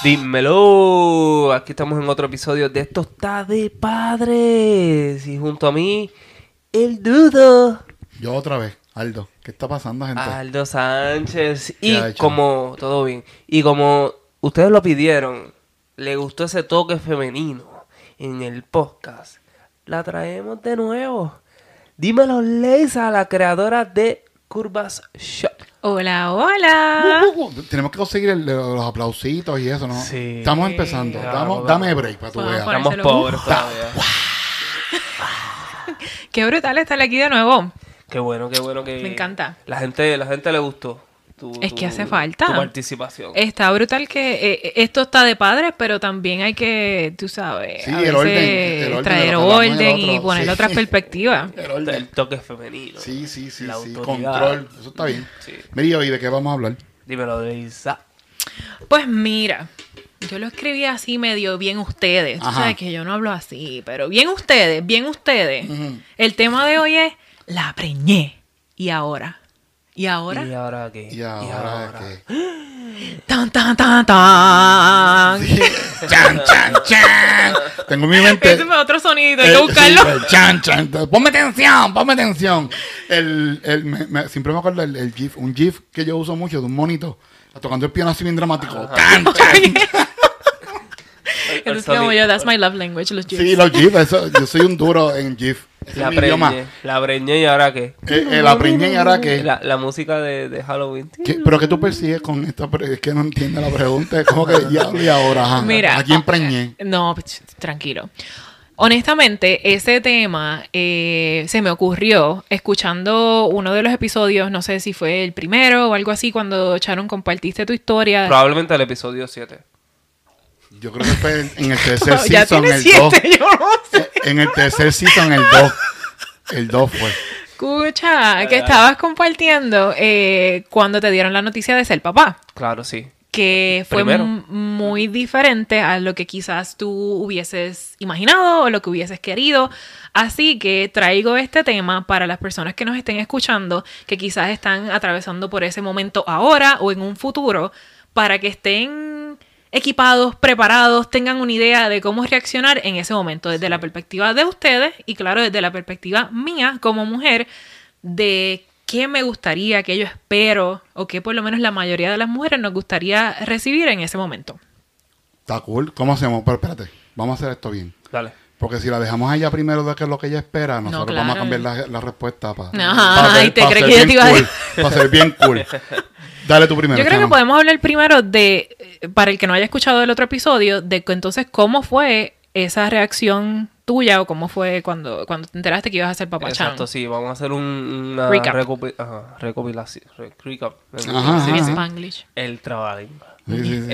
Dímelo, aquí estamos en otro episodio de Esto está de padres. Y junto a mí, el Dudo. Yo otra vez, Aldo. ¿Qué está pasando, gente? Aldo Sánchez. ¿Qué Y ha hecho? como, todo bien. Y como ustedes lo pidieron, le gustó ese toque femenino en el podcast, la traemos de nuevo. Dímelo, Leisa, la creadora de Curvas Shop. Hola, hola. Tenemos que conseguir los aplausitos y eso, ¿no? Sí. Estamos empezando. Claro, Dame break para que tú Vamos veas. a Estamos Ponérselo. pobres todavía. Qué brutal estar aquí de nuevo. Qué bueno que... Me encanta. La gente le gustó. Es que hace falta. Tu participación. Está brutal que esto está de padres, pero también hay que, tú sabes, Sí, a el veces orden de traer lo que hablamos en el orden otro, y poner sí. otras perspectivas. El toque femenino. Sí. La Sí. autoridad. Control. Eso está bien. Sí. Mira, ¿y de qué vamos a hablar? Dímelo, Leisa. Pues mira, yo lo escribí así medio bien ustedes. Tú Ajá. sabes que yo no hablo así, pero bien ustedes. Ujú. El tema de hoy es la preñé. ¿Y ahora? ¿Y ahora? ¿Y ahora qué? ¿Y ahora qué? ¡Tan, tan, tan, tan! ¡Chan, chan, chan! Tengo en mi mente... Ese fue otro sonido, hay que buscarlo. sí, el chan, chan. Ponme atención. Siempre me acuerdo el GIF. Un GIF que yo uso mucho de un monito tocando el piano así bien dramático. ¡Chan, chan! Entonces, como yo, that's my love language, los GIFs. Sí, los GIF. Yo soy un duro en GIF. Ese La es mi idioma. preñé y ahora qué. La preñé y ahora qué. La música de Halloween. ¿Pero qué tú persigues con esta? Es que no entiendo la pregunta. Es como que diablo y ahora. Ajá. Mira. ¿A quién preñé? No, tranquilo. Honestamente, ese tema se me ocurrió escuchando uno de los episodios, no sé si fue el primero o algo así, cuando Sharon compartiste tu historia. Probablemente el episodio 7. Yo creo que fue en el tercer Ya season, tiene el 2. 7, yo no sé. En el tercer season, el 2. El 2 fue. Escucha, que estabas compartiendo cuando te dieron la noticia de ser papá. Claro, sí. Que fue Primero. muy diferente a lo que quizás tú hubieses imaginado o lo que hubieses querido. Así que traigo este tema para las personas que nos estén escuchando, que quizás están atravesando por ese momento ahora o en un futuro, para que estén equipados, preparados, tengan una idea de cómo reaccionar en ese momento, desde la perspectiva de ustedes y claro, desde la perspectiva mía como mujer, de qué me gustaría, qué yo espero o qué por lo menos la mayoría de las mujeres nos gustaría recibir en ese momento. Está cool. ¿Cómo hacemos? Pero espérate. Vamos a hacer esto bien. Dale. Porque si la dejamos a ella primero de que es lo que ella espera, nosotros claro. vamos a cambiar la respuesta para Ajá, y te crees que yo te iba a decir. Para ser bien cool. Dale tú primero. Yo creo que Chama. podemos hablar primero de, para el que no haya escuchado el otro episodio, de que entonces cómo fue esa reacción tuya o cómo fue cuando te enteraste que ibas a ser papá. Exacto, Chan. sí. Vamos a hacer una Recap. recopilación. Recap. Ajá, Sí, ajá. Spanglish. El trabajo. Sí.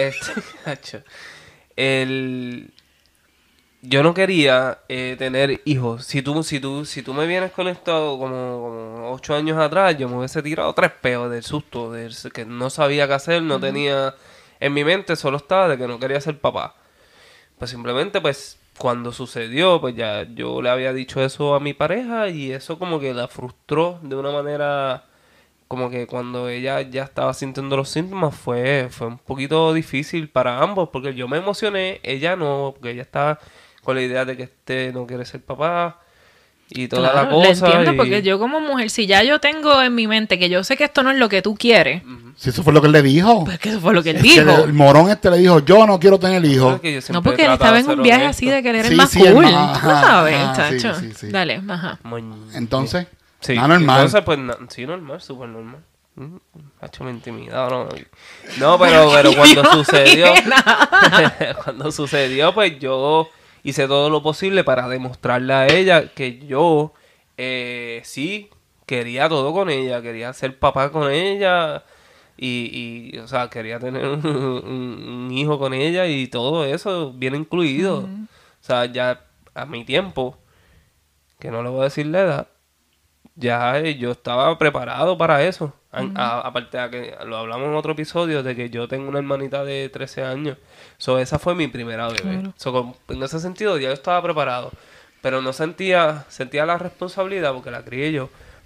Yo no quería tener hijos. Si tú me vienes con esto como 8 años atrás, yo me hubiese tirado 3 peos del susto, de que no sabía qué hacer, no tenía... En mi mente solo estaba de que no quería ser papá. Pues simplemente, pues, cuando sucedió, pues ya yo le había dicho eso a mi pareja y eso como que la frustró de una manera... Como que cuando ella ya estaba sintiendo los síntomas fue un poquito difícil para ambos, porque yo me emocioné, ella no, porque ella estaba con la idea de que no quiere ser papá y toda Claro, la cosa. le entiendo, y- porque yo como mujer, si ya yo tengo en mi mente que yo sé que esto no es lo que tú quieres, Si eso fue lo que él le dijo. pues que eso fue lo que él Es que dijo. el morón le dijo, yo no quiero tener hijos. que yo No, siempre porque él trataba estaba de en un ser viaje honesto. así de que él era Sí, el más sí, cool. ajá, Tú sabes, ajá, sí, chacho. sí. Dale, ajá. Entonces, Sí, nada normal. entonces pues sí, normal, súper normal. Hacho, me intimidaba, no, pero cuando sucedió, cuando sucedió, pues yo hice todo lo posible para demostrarle a ella que yo sí quería todo con ella, quería ser papá con ella o sea, quería tener un hijo con ella y todo eso bien incluido. O sea, ya a mi tiempo, que no le voy a decir la edad, ya yo estaba preparado para eso. Aparte de que lo hablamos en otro episodio de que yo tengo una hermanita de 13 años. Esa fue mi primera bebé. Claro. En ese sentido ya yo estaba preparado. Pero no sentía la responsabilidad porque la crié yo.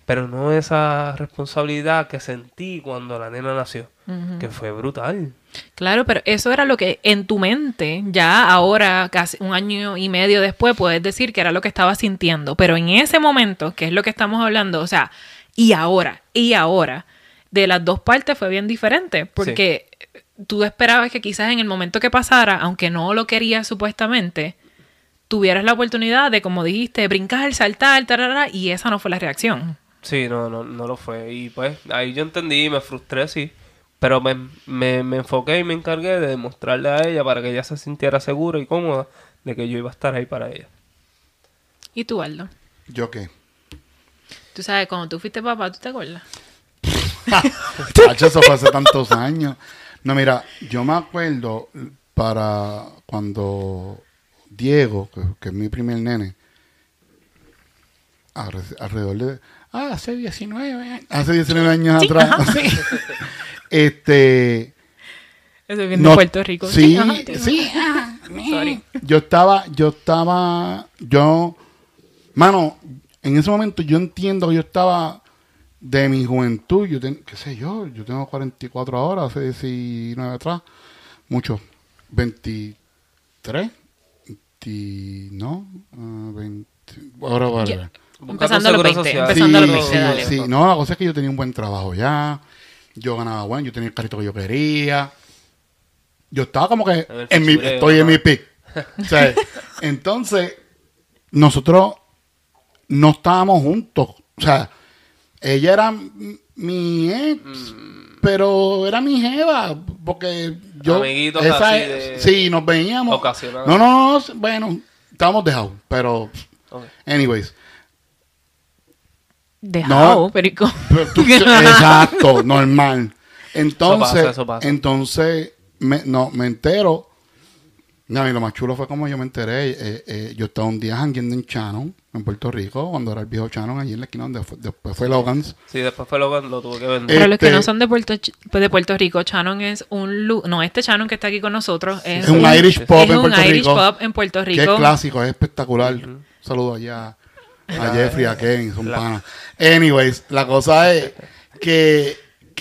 pero no esa responsabilidad que sentí cuando la nena nació, que fue brutal. Claro, pero eso era lo que en tu mente, ya ahora, casi 1 año y medio después, puedes decir que era lo que estabas sintiendo. Pero en ese momento, que es lo que estamos hablando, o sea, y ahora, de las dos partes fue bien diferente. Porque tú esperabas que quizás en el momento que pasara, aunque no lo querías supuestamente, tuvieras la oportunidad de, como dijiste, brincar, saltar, tarara, y esa no fue la reacción. Sí, no lo fue. Y pues ahí yo entendí, me frustré, sí. Pero me enfoqué y me encargué de demostrarle a ella para que ella se sintiera segura y cómoda de que yo iba a estar ahí para ella. ¿Y tú, Aldo? ¿Yo qué? Tú sabes, cuando tú fuiste papá, ¿tú te acuerdas? Hacho, eso fue hace tantos años. No, mira, yo me acuerdo para cuando Diego, que es mi primer nene, alrededor de... hace 19 años Sí, atrás. ajá. Eso es bien de Puerto Rico. Sí, Ajá, sí. Sorry. Mano, en ese momento yo entiendo que yo estaba de mi juventud, qué sé yo tengo 44 ahora, hace 19 atrás, mucho, 23, 20, ahora vale. Ya. Buscando Empezando a los seguro 20, social. empezando a los 20, sí, dale. sí. No, la cosa es que yo tenía un buen trabajo ya, yo ganaba bueno, yo tenía el carrito que yo quería, yo estaba como que estoy en mi pick. O sea, entonces, nosotros no estábamos juntos. O sea, ella era mi ex, pero era mi jeva, porque yo... Amiguitos así de... Sí, nos veíamos. Ocasional. No, bueno, estábamos dejados, pero... Okay. Anyways. Dejado, No. perico. Exacto, normal. Entonces, Eso pasa. entonces me entero. No, y lo más chulo fue como yo me enteré. Yo estaba un día jangueando en Shannon, en Puerto Rico, cuando era el viejo Shannon, allí en la esquina donde después fue Logan's. Sí, después fue lo tuve que vender. Para los que no son de Puerto Rico, Shannon es este Shannon que está aquí con nosotros es un Irish pub es en un Puerto Irish Rico. pub en Puerto Que Rico. es clásico, es espectacular. Saludo allá a Jeffrey, a Kevin, son panas. Anyways, la cosa es que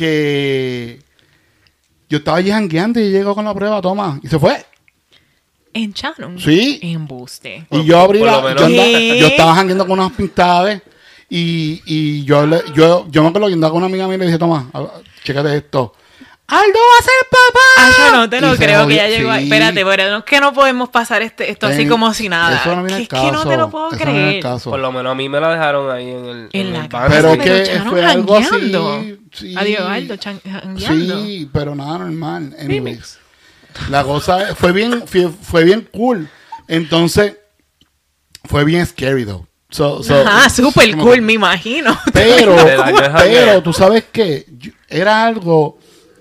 yo estaba allí jangueando y llegó con la prueba, toma, y se fue. En Shannon. Sí. Embuste. Y yo abrí por lo menos. yo estaba jangueando con unas pintadas y yo me acuerdo que andaba con una amiga mía y le dije, toma, chécate esto. ¡Aldo va a ser papá! Yo no te lo Y se creo jodió, que ya llegó. sí. Espérate, pero no es que no podemos pasar esto así como si nada. Eso no viene al Es caso. que no te lo puedo eso no viene al creer. caso. Por lo menos a mí me la dejaron ahí en la el casa. bar. Pero Sí. que Shannon fue algo así. jangueando. Sí. Adiós, Aldo, jangueando. Sí, pero nada normal. Anyways. La cosa fue bien cool. Entonces, fue bien scary, though. Ajá, super cool, me imagino. Pero, Del año de jangueo. tú sabes que era algo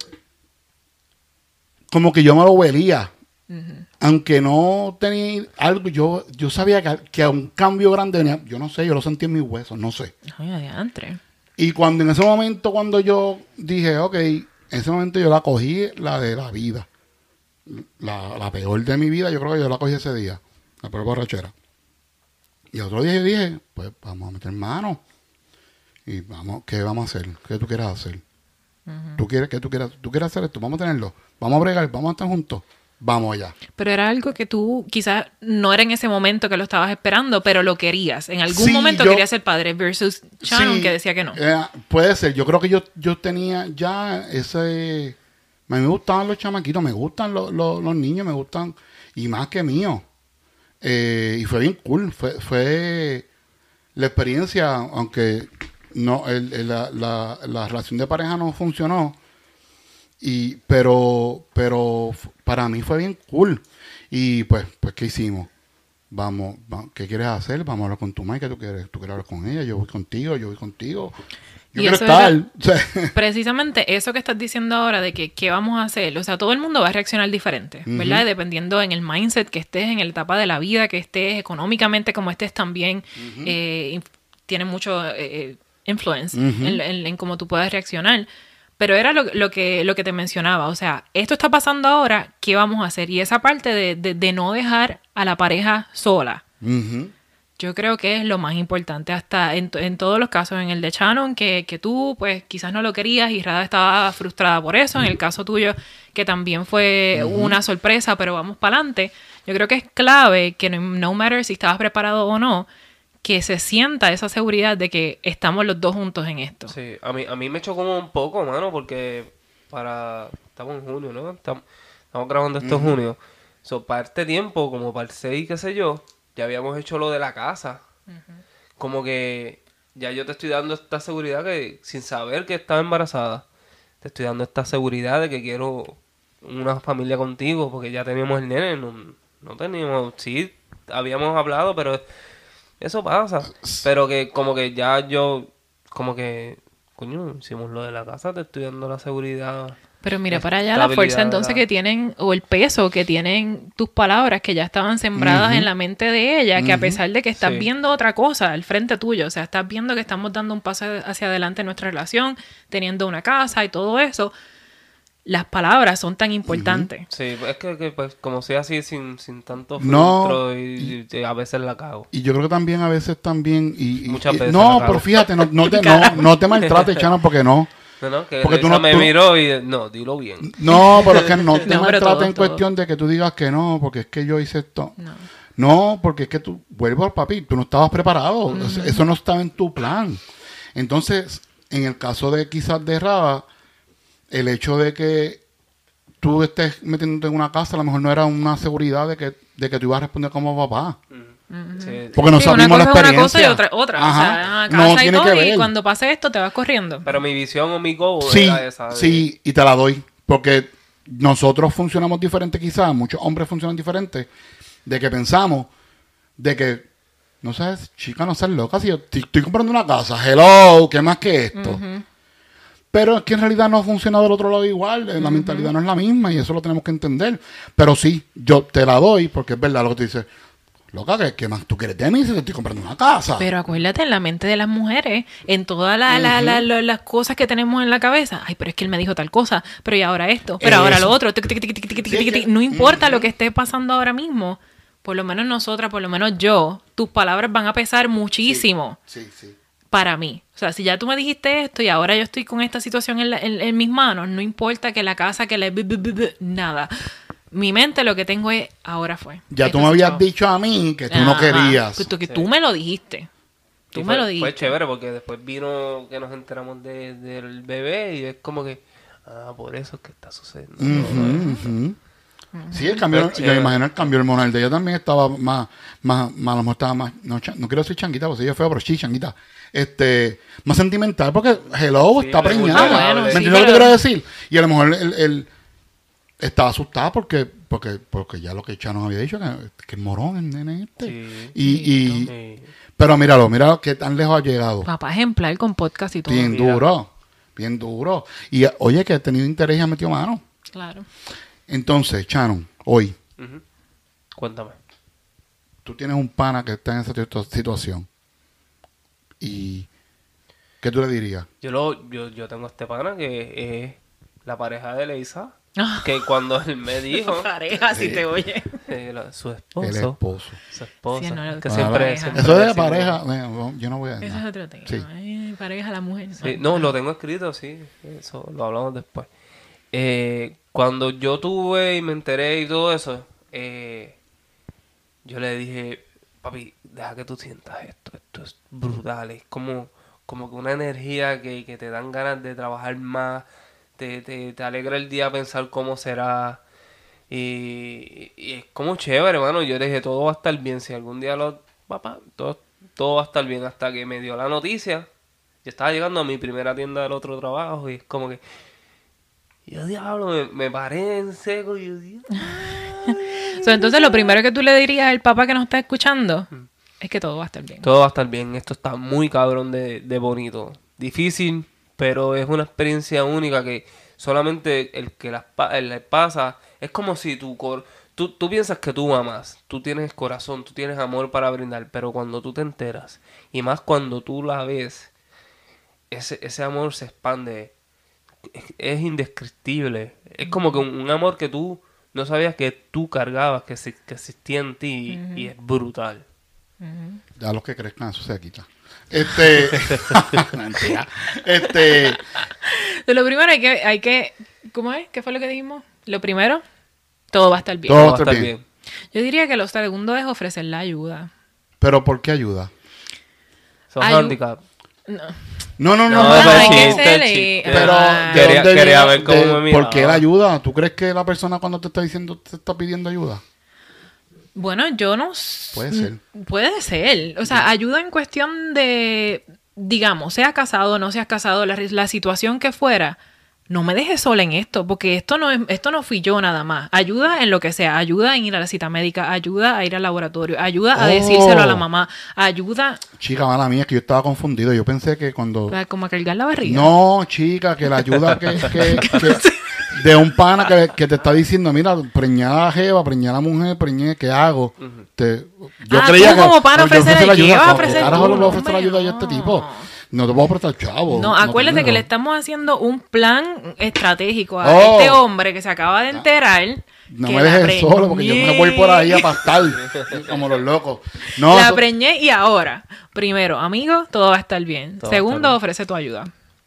como que yo me lo veía. Aunque no tenía algo, yo sabía que un cambio grande venía. Yo no sé, yo lo sentí en mis huesos, no sé. Ay, adiantre. Y cuando en ese momento, cuando yo dije, ok, en ese momento yo la cogí, la de la vida. La peor de mi vida, yo creo que yo la cogí ese día. La peor borrachera. Y otro día yo dije, pues vamos a meter mano. Y ¿qué vamos a hacer? ¿Qué tú quieres hacer? ¿Tú quieres hacer esto? Vamos a tenerlo. Vamos a bregar, vamos a estar juntos. Vamos allá. Pero era algo que tú quizás no era en ese momento que lo estabas esperando, pero lo querías. En algún Sí, momento yo- querías ser padre versus Shannon Sí, que decía que no. Puede ser. Yo creo que yo tenía ya ese... A mí me gustaban los chamaquitos, me gustan los niños, me gustan... Y más que mío. Y fue bien cool. Fue la experiencia, aunque no la relación de pareja no funcionó. Pero para mí fue bien cool. Y pues ¿qué hicimos? Vamos, ¿qué quieres hacer? Vamos a hablar con tu madre, ¿qué tú quieres? ¿Tú quieres hablar con ella? Yo voy contigo. Yo Y quiero eso estar. era- O sea, Precisamente eso que estás diciendo ahora de que qué vamos a hacer, o sea, todo el mundo va a reaccionar diferente, ¿verdad? Dependiendo en el mindset que estés, en la etapa de la vida que estés, económicamente como estés también, tiene mucho influence en cómo tú puedas reaccionar. Pero era lo que te mencionaba, o sea, esto está pasando ahora, ¿qué vamos a hacer? Y esa parte de no dejar a la pareja sola. ujú. Yo creo que es lo más importante, hasta en todos los casos, en el de Shannon, que tú pues quizás no lo querías y Rada estaba frustrada por eso, en el caso tuyo, que también fue una sorpresa, pero vamos para adelante. Yo creo que es clave que no matter si estabas preparado o no, que se sienta esa seguridad de que estamos los dos juntos en esto. Sí, a mí me chocó un poco, mano, porque estamos en junio, ¿no? Estamos grabando esto en junio. So, para este tiempo, como para el 6, qué sé yo, ya habíamos hecho lo de la casa. Como que ya yo te estoy dando esta seguridad que, sin saber que estaba embarazada, te estoy dando esta seguridad de que quiero una familia contigo, porque ya teníamos el nene, no teníamos, sí, habíamos hablado, pero eso pasa. Pero que como que ya yo, como que, coño, hicimos lo de la casa, te estoy dando la seguridad. Pero mira para allá la fuerza entonces ¿verdad? que tienen, o el peso que tienen tus palabras que ya estaban sembradas en la mente de ella, que a pesar de que estás Sí. viendo otra cosa al frente tuyo, o sea, estás viendo que estamos dando un paso hacia adelante en nuestra relación, teniendo una casa y todo eso, las palabras son tan importantes. Sí, es que pues, como sea así, sin tanto No, filtro y a veces la cago. Y yo creo que también a veces también... Muchas veces No, la cago. pero fíjate, no te maltrates, Chano, porque no. No, que Porque tú Elisa no- me tú- miró y... No, dilo bien. No, pero es que no te No, pero maltrates todo, en todo. cuestión de que tú digas que no, porque es que yo hice esto. No. No, porque es que tú, vuelvo al papi, tú no estabas preparado. Eso no estaba en tu plan. Entonces, en el caso de quizás de Raba, el hecho de que tú estés metiéndote en una casa, a lo mejor no era una seguridad de que tú ibas a responder como papá. Sí. Porque no Sí, una sabíamos la cosa es una experiencia. cosa y otra. O Ajá. sea, No casa y tiene todo, que y ver. cuando pase esto te vas corriendo. Pero mi visión o mi goal Sí, era esa. sí, y te la doy. Porque nosotros funcionamos diferente quizás, muchos hombres funcionan diferente, de que pensamos, de que, no sabes, chica, no seas loca, si yo estoy comprando una casa, hello, ¿qué más que esto? Pero es que en realidad no funciona del otro lado igual, la mentalidad no es la misma y eso lo tenemos que entender. Pero sí, yo te la doy porque es verdad lo que tú dices. Loca, ¿qué más tú quieres de mí si te estoy comprando una casa? Pero acuérdate, en la mente de las mujeres, en todas las cosas que tenemos en la cabeza, ay, pero es que él me dijo tal cosa, pero y ahora esto, pero ahora lo otro, tic, tic, tic, tic, tic, tic, tic, tic. No importa lo que esté pasando ahora mismo, por lo menos nosotras, por lo menos yo, tus palabras van a pesar muchísimo Sí, sí. para mí. O sea, si ya tú me dijiste esto y ahora yo estoy con esta situación en mis manos, no importa que la casa, que nada. Mi mente lo que tengo es, ahora fue. Ya Esto tú me se habías acabó. dicho a mí que tú no Ajá. querías. Que tú me lo dijiste. Tú Y me lo fue dijiste. chévere porque después vino que nos enteramos del bebé y es como que... por eso es que está sucediendo. Ujú. Sí, el cambio, Pues yo me chévere. imagino el cambio hormonal de ella también estaba más, a lo mejor estaba más, no quiero decir changuita, porque ella es feo, pero sí, changuita, más sentimental, porque hello, Sí, está le gusta preñada, que ¿me hable. entiendes Sí, lo que te pero- quiero decir? Y a lo mejor él estaba asustada porque ya lo que Chano había dicho, que el morón, el nene este. Sí. Y pero míralo, que tan lejos ha llegado. Papá ejemplar con podcast y todo. Bien Mira. bien duro. Y oye, que ha tenido interés y ha metido mano. Claro. Entonces, Chano, hoy, Ujú. Cuéntame. tú tienes un pana que está en esa situación. ¿Y qué tú le dirías? Yo tengo a este pana que es la pareja de Leisa. Ah. Que cuando él me dijo... Pareja, si te oye. su El esposo. esposo. Su esposa. Sí, no, que con siempre, pareja. siempre Eso de decimos- pareja, yo no voy a Ese es decir. otro tema. Sí. Ay, pareja, la mujer. Sí, no, lo tengo escrito, sí. Eso lo hablamos después. Cuando yo tuve y me enteré y todo eso, yo le dije, papi, deja que tú sientas esto. Esto es brutal. Es como que una energía que te dan ganas de trabajar más. Te alegra el día pensar cómo será. Y es como chévere, hermano. Yo le dije, todo va a estar bien. Si algún día papá, todo va a estar bien. Hasta que me dio la noticia. Yo estaba llegando a mi primera tienda del otro trabajo y es como que... Yo, diablo, me paré en seco y yo, Dios. So, entonces, lo primero que tú le dirías al papá que nos está escuchando es que todo va a estar bien. Todo va a estar bien. Esto está muy cabrón de bonito. Difícil, pero es una experiencia única que solamente el que le pasa... Es como si tú piensas que tú amas, tú tienes corazón, tú tienes amor para brindar, pero cuando tú te enteras, y más cuando tú la ves, ese amor se expande. Es indescriptible. Es como que un amor que tú no sabías que tú cargabas, que existía en ti, y es brutal. Ya los que crezcan, eso se quita. Mentira. Lo primero hay que, ¿cómo es? ¿Qué fue lo que dijimos? Lo primero, todo va a estar bien. Todo Va a estar bien. Yo diría que lo segundo es ofrecer la ayuda. Pero ¿por qué ayuda? Son Ayu- handicap. No, No, hay chiste, que ser chiste. Pero ah, ¿de dónde Quería viene- ver cómo me ¿Por qué miraba. la ayuda? ¿Tú crees que la persona cuando te está diciendo te está pidiendo ayuda? bueno, yo no... Puede ser. Puede ser. O sea, ayuda en cuestión de, digamos, seas casado o no seas casado, la situación que fuera, no me dejes sola en esto, porque esto no fui yo nada más. Ayuda en lo que sea, ayuda en ir a la cita médica, ayuda a ir al laboratorio, ayuda a decírselo a la mamá, ayuda Chica, mala mía, es que yo estaba confundido. Yo pensé que cuando... como a cargar la barriga. No, chica, que la ayuda que de un pana que te está diciendo, mira, preñada la jeva, preñada la mujer, preñé, ¿qué hago? Yo Ah, creía tú que como pana yo ofrecer ofrecí la ¿qué ayuda. vas a ¿Cómo ofrecer carajo tú? le voy a ofrecer la Hombre, ayuda yo a este no. tipo? No te puedo prestar chavo. No, acuérdate que tengo. le estamos haciendo un plan estratégico a Oh. este hombre que se acaba de enterar. No que me la dejes solo porque yo me preñé. voy por ahí a pastar como los locos. No, La eso- preñé y ahora, primero, amigo, todo va a estar bien. Todo va a Segundo, estar bien. ofrece tu ayuda.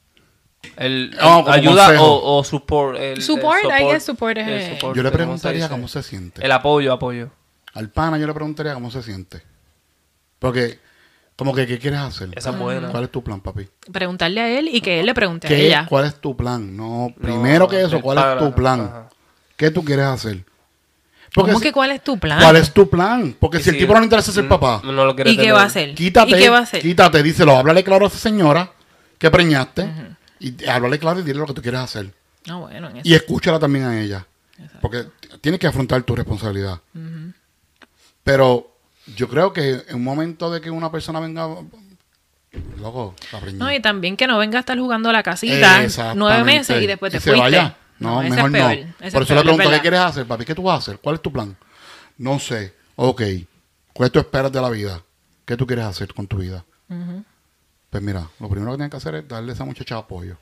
como Ayuda consejo. o support. Support, I guess support es- el support, yo le ¿cómo se preguntaría dice? cómo se siente. El apoyo. Al pana yo le preguntaría cómo se siente. Porque, como que, ¿qué quieres hacer? Esa es buena. ¿Cuál es tu plan, papi? Preguntarle a él y que él le pregunte a ella. ¿Cuál es tu plan? No, primero que eso, el ¿cuál es pana, tu plan? ajá. ¿Qué tú quieres hacer? ¿Cómo si- que cuál es tu plan? ¿Cuál es tu plan? Porque Y si el si- tipo no le interesa ser papá, No lo quiere ¿Y qué tener. va a hacer? quítate, ¿Y qué va a hacer? quítate, díselo, háblale claro a esa señora que preñaste y háblale claro y dile lo que tú quieres hacer. Ah, bueno, en eso. Y escúchala también a ella. Porque tienes que afrontar tu responsabilidad. Pero yo creo que en un momento de que una persona venga, loco, la preñé. No, y también que no venga a estar jugando a la casita Exactamente. 9 meses y después te se fuiste. vaya. No, ese mejor es peor. no. Ese Por es eso le peor, es pregunto, ¿qué verdad. quieres hacer, papi? ¿Qué tú vas a hacer? ¿Cuál es tu plan? No sé. Ok. ¿Cuál tú esperas de la vida? ¿Qué tú quieres hacer con tu vida? Pues mira, lo primero que tienes que hacer es darle a esa muchacha apoyo.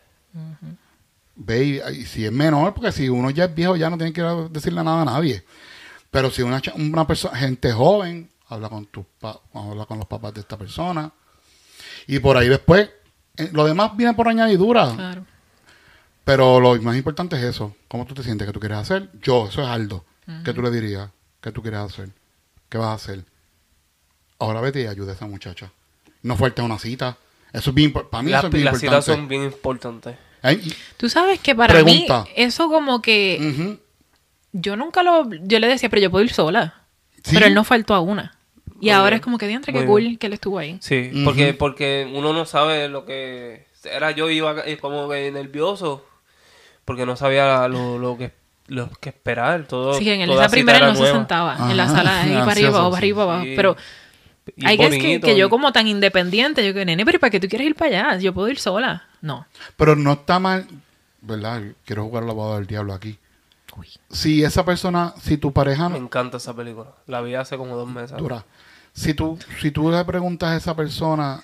Ve y si es menor, porque si uno ya es viejo ya no tiene que decirle nada a nadie. Pero si una persona, gente joven, habla con habla con los papás de esta persona. Y por ahí después, lo demás viene por añadidura. Claro. Pero lo más importante es eso. ¿Cómo tú te sientes? ¿Qué tú quieres hacer? Eso es Aldo. ¿Qué tú le dirías? ¿Qué tú quieres hacer? ¿Qué vas a hacer? Ahora vete y ayuda a esa muchacha. No falta una cita. Eso es bien para mí eso es bien Las importante. citas son bien importantes. Tú sabes que para Pregunta. mí, eso como que Ujú. yo le decía, pero yo puedo ir sola. Sí. Pero él no faltó a una. Y Muy ahora bien. es como que diantre, Muy qué cool bien. que él estuvo ahí. Sí, porque uno no sabe lo que... Yo iba como que nervioso, porque no sabía lo que esperar. Todo, Sí, en toda esa cita primera él era no se nueva. sentaba en la Ajá, sala, ahí para arriba, ansioso, abajo, para arriba, abajo. sí. Pero Y hay que bonito, que yo y- como tan independiente, yo que nene, pero ¿para qué tú quieres ir para allá? Yo puedo ir sola. No. Pero no está mal, ¿verdad? Quiero jugar al abogado del diablo aquí. Uy. Si esa persona, si tu pareja Me no encanta esa película. La vi hace como 2 meses. dura, si tú le preguntas a esa persona,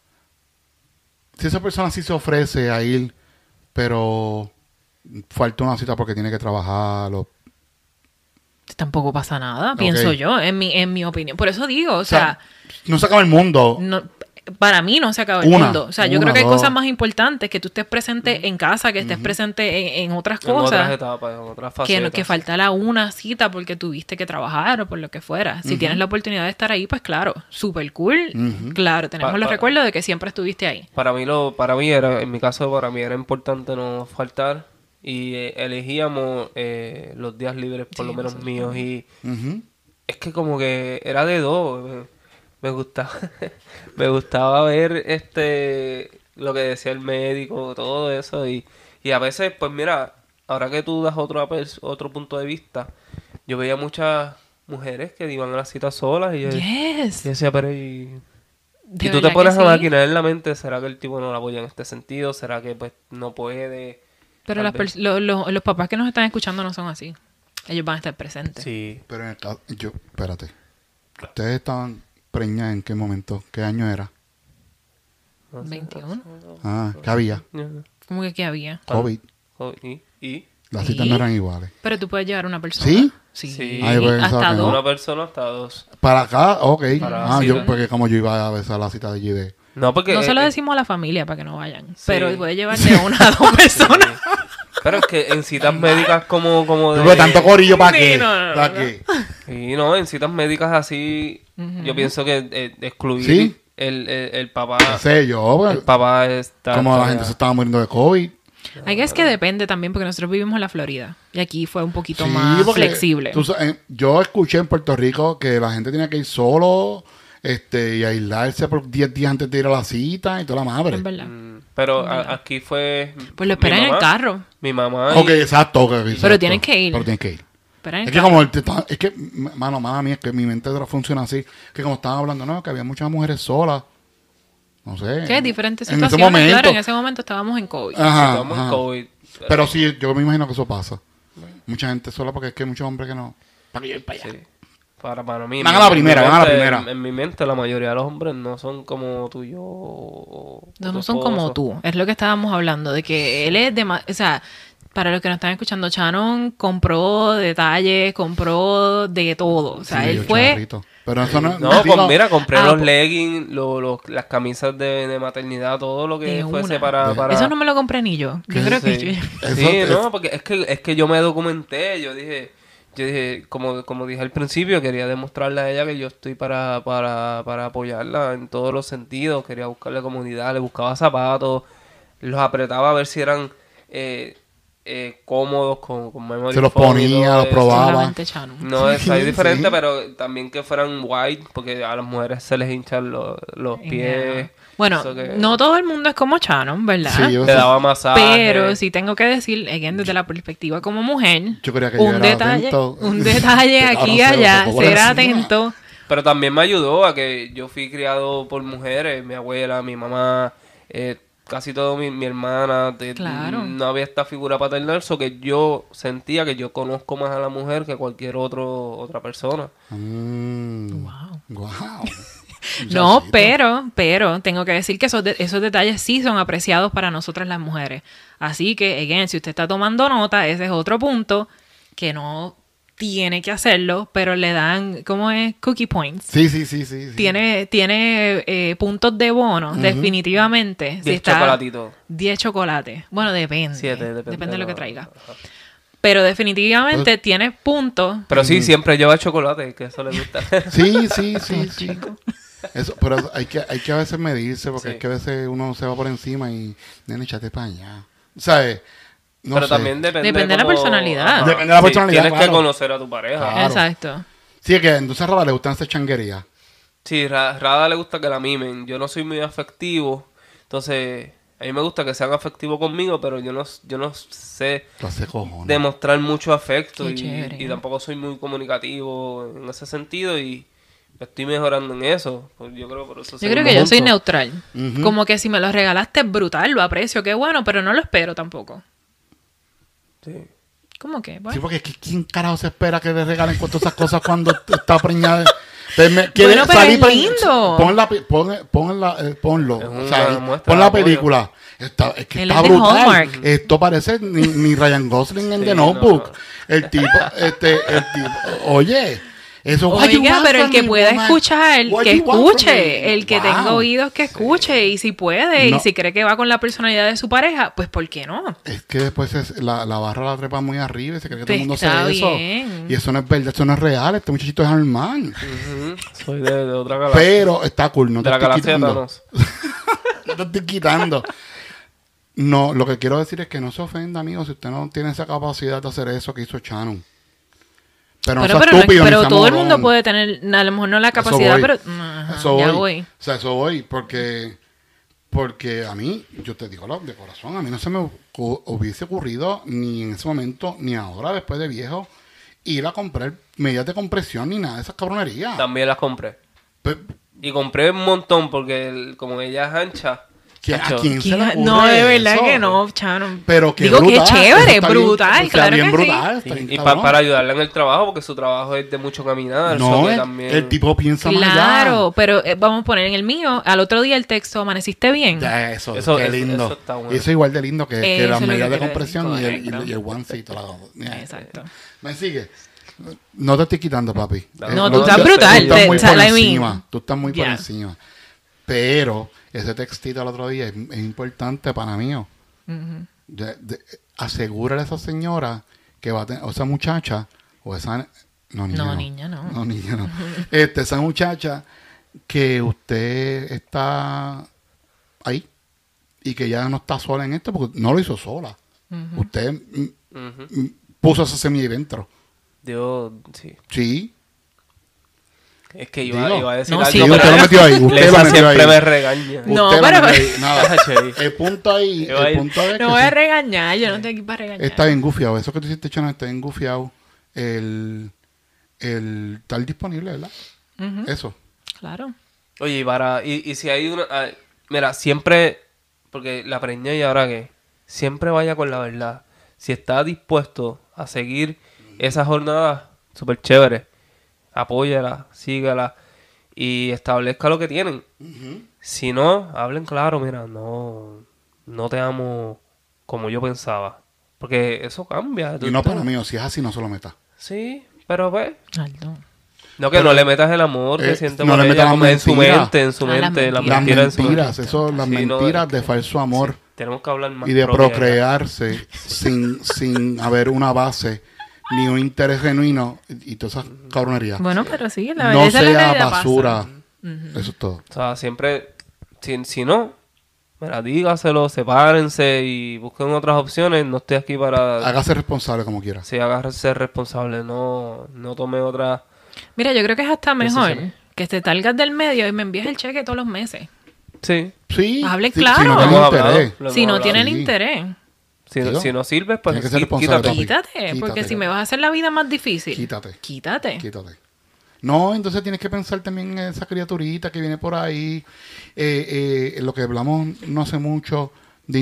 si esa persona sí se ofrece a ir, pero falta una cita porque tiene que trabajar o Tampoco pasa nada, pienso yo, en mi opinión. Por eso digo, o sea, no se acaba el mundo. no, para mí no se acaba el Una, mundo. O sea, yo una, creo que hay dos. cosas más importantes que tú estés presente en casa, que estés presente en otras En otras cosas, etapas, en otras que, facetas. que faltara una cita porque tuviste que trabajar o por lo que fuera. Si tienes la oportunidad de estar ahí, pues claro, súper cool. Claro, tenemos los recuerdos de que siempre estuviste ahí. Para mí era, en mi caso, para mí era importante no faltar. Y elegíamos los días libres, por lo menos míos. Y Ujú. es que como que era de dos. Me gustaba, me gustaba ver lo que decía el médico, todo eso. Y a veces, pues mira, ahora que tú das otro punto de vista, yo veía muchas mujeres que iban a la cita solas y yo Yes. decía, pero y De tú te verdad pones que a sí. maquinar en la mente, ¿será que el tipo no la apoya en este sentido? ¿Será que pues no puede? Pero Tal vez. los papás que nos están escuchando no son así. Ellos van a estar presentes. Sí. Pero en el caso, espérate. ¿Ustedes estaban preñadas en qué momento? ¿Qué año era? 21. Ah, ¿qué había? ¿Cómo que qué había? COVID. ¿Y? Las citas no eran iguales. Pero tú puedes llevar a una persona. ¿Sí? Sí, Ah, yo pensaba hasta que no. dos. Una persona hasta dos. Para acá, ok. Para Yo, cita. porque como yo iba a besar la cita de GD. No, porque... No se lo decimos a la familia para que no vayan, Sí. pero puede llevar de una a dos personas. Pero es que en citas médicas como de... Pero tanto corillo para Sí, qué. no, ¿Para no. qué? Sí, no, en citas médicas así, yo pienso que excluir ¿Sí? el papá... ¿Qué sé yo? Pues, El papá está... como la gente se estaba muriendo de COVID. Hay que es que depende también, porque nosotros vivimos en la Florida y aquí fue un poquito Sí, más porque flexible. yo escuché en Puerto Rico que la gente tenía que ir solo y aislarse por 10 días antes de ir a la cita y toda la madre. Es verdad. Pero aquí fue... Pues lo esperan mi en el mamá, carro. Mi mamá Ok, y- exacto. exacto. Pero tienes que ir. Pero tienes que ir. Esperan en Es el que carro. como es que, mano mía, es que mi mente funciona así. Que como estaban hablando, no, que había muchas mujeres solas. No sé. Sí, hay diferentes En ese situaciones. momento. Claro, en ese momento estábamos en COVID. Ajá, estamos en ajá. COVID. Pero sí, yo me imagino que eso pasa. Mucha gente sola porque es que hay muchos hombres que no. ¿Para qué ir para allá? Sí. Para mí. Van a la primera, van a la primera. En mi mente, la mayoría de los hombres no son como tú y yo. o No, tu no son como esposo. tú. Es lo que estábamos hablando, de que él es o sea, para los que nos están escuchando, Shannon compró detalles, compró de todo. O sea, Sí, él yo fue... chavarrito. Pero eso no, No, digo, mira, compré Ah, los pues- leggings, las camisas de maternidad, todo lo que De fuese una. para... Eso no me lo compré ni yo. Yo creo que Sí, yo... Eso sí, es- no, porque es que yo me documenté, yo dije, como dije al principio, quería demostrarle a ella que yo estoy para apoyarla en todos los sentidos, quería buscarle comodidad, le buscaba zapatos, los apretaba a ver si eran cómodos con memory se los foam y ponía, todo los eso. probaba. Solamente Shannon. No, es ahí Sí, diferente, sí. pero también que fueran white, porque a las mujeres se les hinchan los pies. Bueno, Eso que no todo el mundo es como Shannon, ¿verdad? Sí, yo le sé. daba masaje. Pero sí tengo que decir, again, desde la perspectiva como mujer, Yo creía que yo un era detalle, atento. un detalle Ahora aquí y se lo allá, tocó por ser encima. atento. Pero también me ayudó a que yo fui criado por mujeres, mi abuela, mi mamá, casi todo mi hermana. Claro. No había esta figura paternal, so que yo sentía que yo conozco más a la mujer que cualquier otra persona. Wow. Wow. No, pero tengo que decir que esos detalles sí son apreciados para nosotras las mujeres. Así que, again, si usted está tomando nota, ese es otro punto que no tiene que hacerlo, pero le dan, ¿cómo es? Cookie points. Sí. Tiene puntos de bono, definitivamente. 10 chocolatitos. 10 chocolates. Bueno, depende. 7, Depende de lo que traiga. Pero definitivamente tiene puntos. Pero sí, siempre lleva chocolate, que eso le gusta. Sí. Eso, pero hay que a veces medirse, porque Sí. es que a veces uno se va por encima y, nene, échate para allá. ¿Sabes? No Pero sé. también depende Depende de la personalidad. Depende de la Sí, personalidad, Tienes claro. que conocer a tu pareja. Claro. Exacto. Sí, es que entonces a Rada le gustan hacer changuerías. Sí, Rada le gusta que la mimen. Yo no soy muy afectivo. Entonces, a mí me gusta que sean afectivos conmigo, pero yo no sé Clase cojones. demostrar mucho afecto. Qué Y, chévere, y ¿eh? tampoco soy muy comunicativo en ese sentido. Y estoy mejorando en eso. Pues yo creo por eso Yo creo que yo soy juntos. neutral. Ujú. Como que si me lo regalaste es brutal, lo aprecio, qué bueno, pero no lo espero tampoco. Sí. ¿Cómo que? Sí, Bueno. porque es que ¿quién carajo se espera que le regalen con todas esas cosas cuando está preñada? Quiere Bueno, pero salir es lindo. Ponlo. Es O una sea, muestra pon de la apoyo. película. Es que Él está es de brutal. Hallmark. Esto parece ni Ryan Gosling en Sí, The Notebook. no. El tipo, oye, eso what you Oiga, want pero el from que me, pueda woman? escuchar, What que you want from me? escuche. El que Wow. tenga oídos, que escuche. Y si puede, No. y si cree que va con la personalidad de su pareja, pues ¿por qué no? Es que después la barra la trepa muy arriba y se cree que todo Pues el mundo está hace eso. bien. Y eso no es verdad, eso no es real. Este muchachito es normal. Ujú. Soy de otra galaxia. Pero está cool, no de te la estoy galaxia de quitando. Thanos. No te estoy quitando. No, lo que quiero decir es que no se ofenda, amigo, si usted no tiene esa capacidad de hacer eso que hizo Shannon. Pero no sea Pero estúpido, ni pero sea todo el morón. mundo puede tener, a lo mejor no la Eso capacidad, voy. pero ajá, Eso ya voy. voy. O sea, eso voy, porque a mí, yo te digo de corazón, a mí no se me hubiese ocurrido ni en ese momento, ni ahora, después de viejo, ir a comprar medidas de compresión ni nada de esas cabronerías. También las compré. Pe- Y compré un montón porque como ella es ancha. ¿A chacho, quién se le ocurre No, de verdad eso? que no, Chano. Pero que digo brutal, que chévere, eso está bien, brutal, está claro bien que brutal, sí. está bien Y cabrón. para ayudarla en el trabajo, porque su trabajo es de mucho caminar. No, so que el, también... el tipo piensa más allá. Claro, pero vamos a poner en el mío, al otro día el texto, ¿amaneciste bien? Ya, eso, Eso- qué eso- lindo. eso está bueno. Eso es igual de lindo que Eso las es lo medidas que de quiero compresión decir, y el correcto. onesie y todo. Exacto. ¿Me sigue? No te estoy quitando, papi. No, tú estás brutal. Tú estás muy O sea, por I mean, encima. Tú estás muy por yeah. encima. Pero ese textito el otro día es importante para mí. Asegúrale a esa señora que va a tener, o esa muchacha, o esa... No, niña no. No, niña no. Esa muchacha que usted está ahí y que ya no está sola en esto porque no lo hizo sola. Usted puso esa semilla ahí dentro. Dios, sí. Sí. Es que Digo. iba a decir No, algo, sí, Sí, pero usted lo metió ahí. Usted Lesa lo metió siempre ahí. me regaña. No, Usted lo pero- metió ahí. Nada. Chévere. El punto ahí, Yo ahí- el punto es que No voy a sí, regañar, yo no estoy aquí para regañar. está bien gufiado. Eso que tú hiciste, Chana, está bien gufiado. El estar disponible, ¿verdad? Eso. Claro. Oye, y si hay una... mira, siempre... Porque la preñé y ahora qué. Siempre vaya con la verdad. Si está dispuesto a seguir esa jornada, súper chévere. Apóyala, sígala y establezca lo que tienen. Si no, hablen claro, mira, no te amo como yo pensaba. Porque eso cambia. Y no para mí, o si es así, no se lo meta. Sí, pero pues... Aldo. No, que no le metas el amor que siente no por le ella, metas como las en su mentiras. mente, en su Ah, las mente. Las mentiras. Las mentiras en su mentiras, mente. eso, las Sí, no, mentiras es de que- falso amor sí, tenemos que hablar más y de propiedad. procrearse sin haber una base ni un interés genuino y todas esas cabronerías. Bueno, pero sí, la No esa es la sea realidad, basura. pasa. Eso es todo. O sea, siempre, si no, mira, dígaselo, sepárense y busquen otras opciones. No estoy aquí para... Hágase responsable como quiera. Sí, agárrese responsable, no tome otra... Mira, yo creo que es hasta mejor Decisiones. que te salgas del medio y me envíes el cheque todos los meses. Sí, Sí. Hablen sí, claro. Si no Lo tiene hemos hablado, interés. lo hemos Si no hablado. tienen Sí. interés, Digo, Si no sirves, pues tienes que ser responsable, quítate. papi. quítate. Porque Quítate. si me vas a hacer la vida más difícil, Quítate. quítate. Quítate. No, entonces tienes que pensar también en esa criaturita que viene por ahí. Lo que hablamos no hace mucho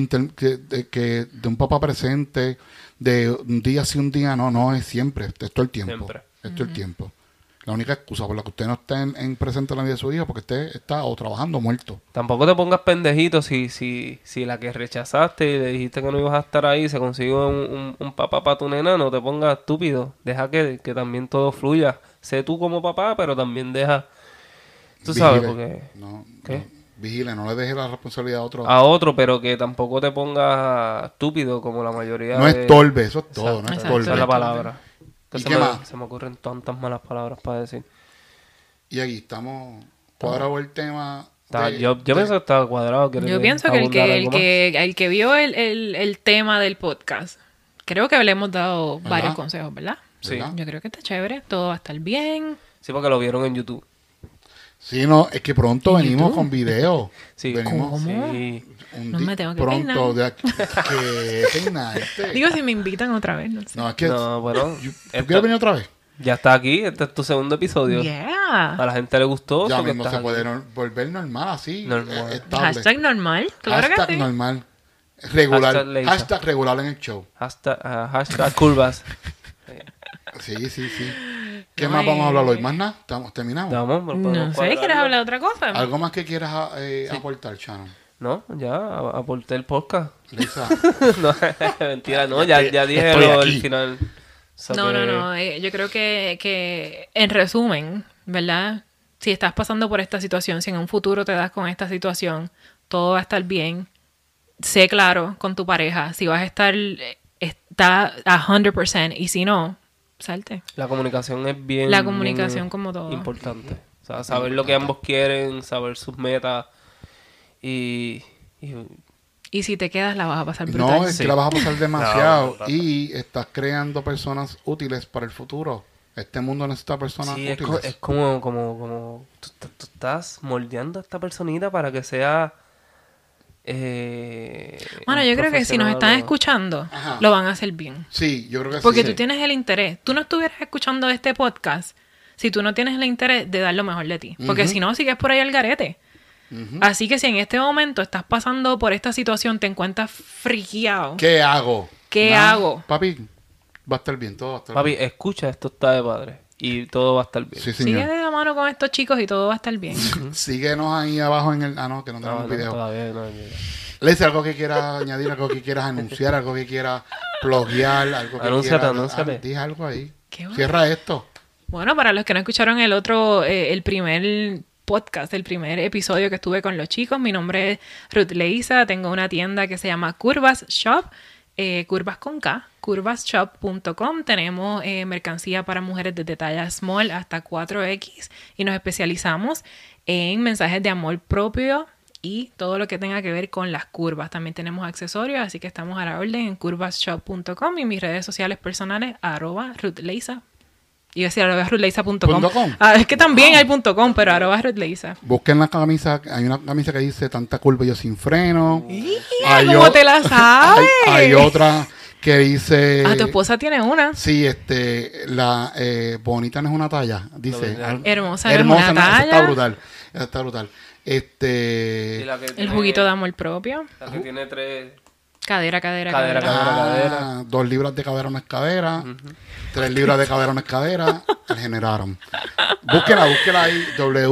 de un papá presente, de un día sí, un día no, es siempre. Es todo el tiempo. Siempre. Es todo el tiempo. La única excusa por la que usted no está en presente en la vida de su hijo porque usted está o trabajando o muerto. Tampoco te pongas pendejito si la que rechazaste y le dijiste que no ibas a estar ahí se consiguió un papá para tu nena, no te pongas estúpido. Deja que también todo fluya. Sé tú como papá, pero también deja... Tú sabes, Vigile. porque... No, ¿Qué? no, vigile, no le deje la responsabilidad a otro. A otro, pero que tampoco te pongas estúpido como la mayoría No de... estorbe, eso es todo, no Exacto. Esa es la estorbe. palabra. Que ¿Y se qué me, más? se me ocurren tantas malas palabras para decir. Y aquí estamos cuadrado el tema. Yo pienso que está cuadrado. ¿Quieres Yo pienso que abundar algo más? el que vio el tema del podcast, creo que le hemos dado ¿Verdad? varios consejos, ¿verdad? Sí. ¿Verdad? Yo creo que está chévere, todo va a estar bien. Sí, porque lo vieron en YouTube. Sí, no, es que pronto ¿En venimos YouTube? con video. Sí. Venimos ¿Cómo? Sí. un No di- me tengo que pronto peinar. de aquí. ¿Qué peinarte? Digo, si me invitan otra vez, no sé. No, es que No, bueno. ¿tú quieres venir otra vez? Ya está aquí. Este es tu segundo episodio. Yeah. A la gente le gustó. Ya so que mismo estás se puede aquí. volver normal así. Normal. Estable. Hashtag normal, claro Hashtag que sí. normal. Regular. Hashtag Leisa. Hashtag regular en el show. Hashtag curvas. Sí. ¿Qué No, más vamos a hablar hoy? ¿Más nada? Terminamos. Vamos, No sé, ¿quieres hablar de otra cosa? ¿Algo más que quieras aportar, Shannon? No, ya aporté el podcast. Lisa. No, mentira, no, ya dije Estoy el aquí. final. So No, que- yo creo que en resumen, ¿verdad? Si estás pasando por esta situación, si en un futuro te das con esta situación, todo va a estar bien. Sé claro con tu pareja. Si vas a estar, está a 100%. Y si no, salte. La comunicación es bien... La comunicación bien como todo. Importante. O sea, saber lo que ambos quieren, saber sus metas y Y si te quedas, la vas a pasar brutal. No, es Sí. que la vas a pasar demasiado. No. Y estás creando personas útiles para el futuro. Este mundo necesita personas sí, útiles. es como tú estás moldeando a esta personita para que sea... Bueno, yo creo que si nos están profesional o- escuchando, Ajá. lo van a hacer bien. Sí, yo creo que Porque sí. tú tienes el interés. Tú no estuvieras escuchando este podcast si tú no tienes el interés de dar lo mejor de ti. Porque Ujú. si no, sigues por ahí al garete. Ujú. Así que si en este momento estás pasando por esta situación, te encuentras friqueado. ¿Qué hago? ¿Qué Nada. hago? Papi, va a estar bien, todo va a estar Papi, bien. escucha, esto está de padre. Y todo va a estar bien. Sí, Sigue señor. de la mano con estos chicos y todo va a estar bien. Síguenos ahí abajo en el... Ah, no, que no No, tenemos no, video. todavía no. Le dice algo que quieras añadir, algo que quieras anunciar, algo que quieras pluguear, algo que Anúnciate, quieras... anúnciate. Dije algo ahí. Qué bueno. Cierra esto. Bueno, para los que no escucharon el otro, el primer podcast, el primer episodio que estuve con los chicos, mi nombre es Ruth Leisa, tengo una tienda que se llama Curvas Shop, curvas con K, curvasshop.com. Tenemos mercancía para mujeres desde talla small hasta 4X y nos especializamos en mensajes de amor propio y todo lo que tenga que ver con las curvas. También tenemos accesorios, así que estamos a la orden en curvasshop.com y mis redes sociales personales, @RuthLeisa. Iba a decir @RuthLeisa.com. .com. Es que también hay .com, pero @RuthLeisa. Busquen la camisa, hay una camisa que dice tanta curva y yo sin freno. ¿Cómo te la sabes? Hay otra que dice... Ah, tu esposa tiene una. Sí, la bonita no es una talla, dice. Hermosa no es una Esa talla. está brutal. Esa está brutal. Y la que El tiene- juguito de amor propio. La que tiene 3... Cadera, cadera, Cadera, cadera. cadera. 2 libras de cadera no es cadera. 3 libras de cadera no es cadera. La generaron. Búsquela ahí.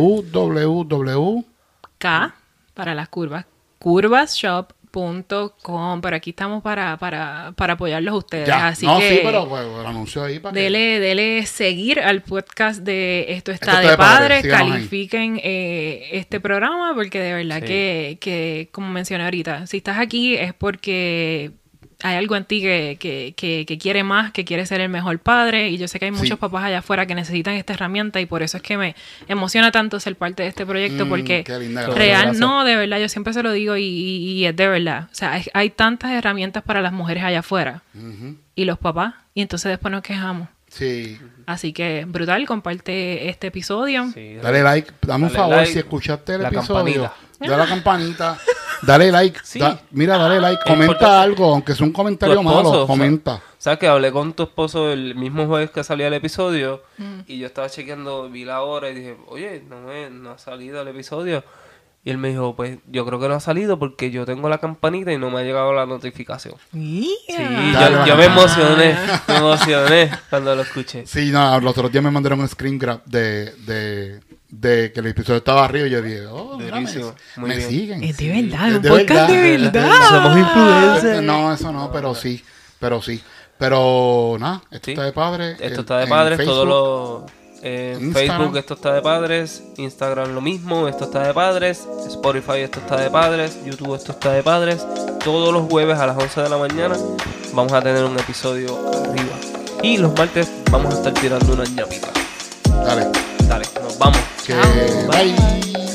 www. K para las curvas. Curvasshop.com. Pero aquí estamos para apoyarlos a ustedes. Ya. Así No, que sí, pero pues, lo anuncio ahí para que... dele seguir al podcast de Esto está Esto de Padres. síganos ahí. Califiquen este programa porque de verdad Sí. que, como mencioné ahorita, si estás aquí es porque hay algo en ti que quiere más, que quiere ser el mejor padre. Y yo sé que hay muchos Sí. papás allá afuera que necesitan esta herramienta y por eso es que me emociona tanto ser parte de este proyecto porque qué linda, real, gracias. no, de verdad, yo siempre se lo digo y es de verdad. O sea, hay tantas herramientas para las mujeres allá afuera y los papás y entonces después nos quejamos. Sí. Así que brutal, comparte este episodio. Sí, Dale like. Dame un Dale favor like, si escuchaste el la episodio. campanita. Dale la campanita. Dale like. Sí. Mira, dale like. Es Comenta importante. algo, aunque sea un comentario Tu esposo, malo. o sea, Comenta. ¿Sabes que hablé con tu esposo el mismo jueves que salía el episodio? Y yo estaba chequeando, vi la hora y dije, oye, no ha salido el episodio. Y él me dijo, pues yo creo que no ha salido porque yo tengo la campanita y no me ha llegado la notificación. Sí, Dale, yo la me campanita. emocioné cuando lo escuché. Sí, no, los otros días me mandaron un screen grab de que el episodio estaba arriba y yo dije, mira, Durísimo, muy me bien. siguen. Es de Sí, verdad, es un podcast de verdad. Somos influencers. No, eso no, pero sí. Pero nada, esto Sí. está de padre. Esto está de En padres, Facebook, todo lo... En Instagram. Facebook esto está de padres, Instagram lo mismo, esto está de padres, Spotify esto está de padres, YouTube esto está de padres. Todos los jueves a las 11 de la mañana vamos a tener un episodio arriba. Y los martes vamos a estar tirando una ñapita. Dale. Dale, nos vamos. Que, Chao. bye.